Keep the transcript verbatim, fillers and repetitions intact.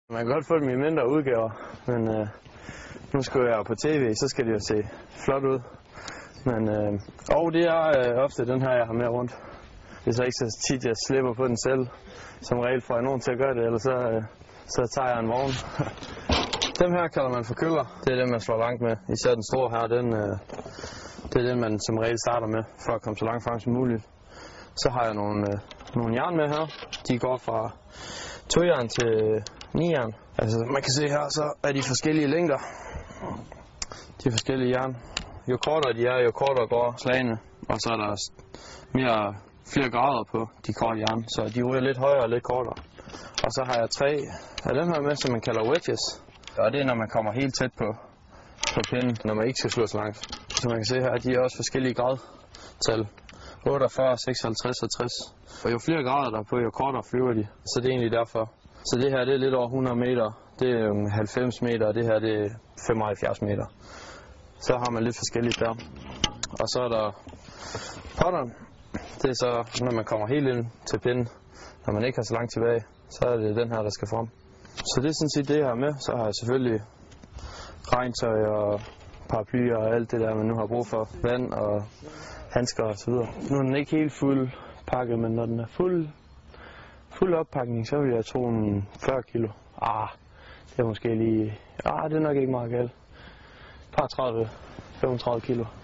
Man kan godt få dem i mindre udgaver, men øh, nu skal jeg på tv, så skal det jo se flot ud. Men, øh, og det er øh, ofte den her, jeg har med rundt. Det er så ikke så tit, jeg slipper på den selv. Som regel får jeg nogen til at gøre det, eller så, øh, så tager jeg en vogn. Dem her kalder man for køller. Det er dem, man slår langt med. Især den store her, den, øh, det er den, man som regel starter med, for at komme så langt frem som muligt. Så har jeg nogle, øh, nogle jern med her. De går fra to jern til ni jern. Altså, man kan se her, så er de forskellige længder. De forskellige jern. Jo kortere de er, jo kortere går slagene. Og så er der mere, flere grader på de korte jern, så de ryger lidt højere og lidt kortere. Og så har jeg tre af dem her med, som man kalder wedges. Og det er, når man kommer helt tæt på, på pinden, når man ikke skal slå så langt. Så man kan se her, de er også forskellige gradtal. otteogfyrre, seksoghalvtreds og tres. Og jo flere grader der er på, jo kortere flyver de. Så det er egentlig derfor. Så det her det er lidt over hundrede meter. Det er halvfems meter, og det her det er femoghalvfjerds meter. Så har man lidt forskelligt der. Og så er der potteren. Det er så, når man kommer helt ind til pinden. Når man ikke har så langt tilbage, så er det den her, der skal frem. Så det er sådan set det, jeg har med. Så har jeg selvfølgelig regntøj og paraplyer og alt det der, man nu har brug for. Vand og handsker og så videre. Nu er den ikke helt fuld pakket, men når den er fuld, fuld oppakning, så vil jeg tro en fyrre kilo. Ah, det er måske lige... Ah, det er nok ikke meget galt. Par tredive, femogtredive kilo.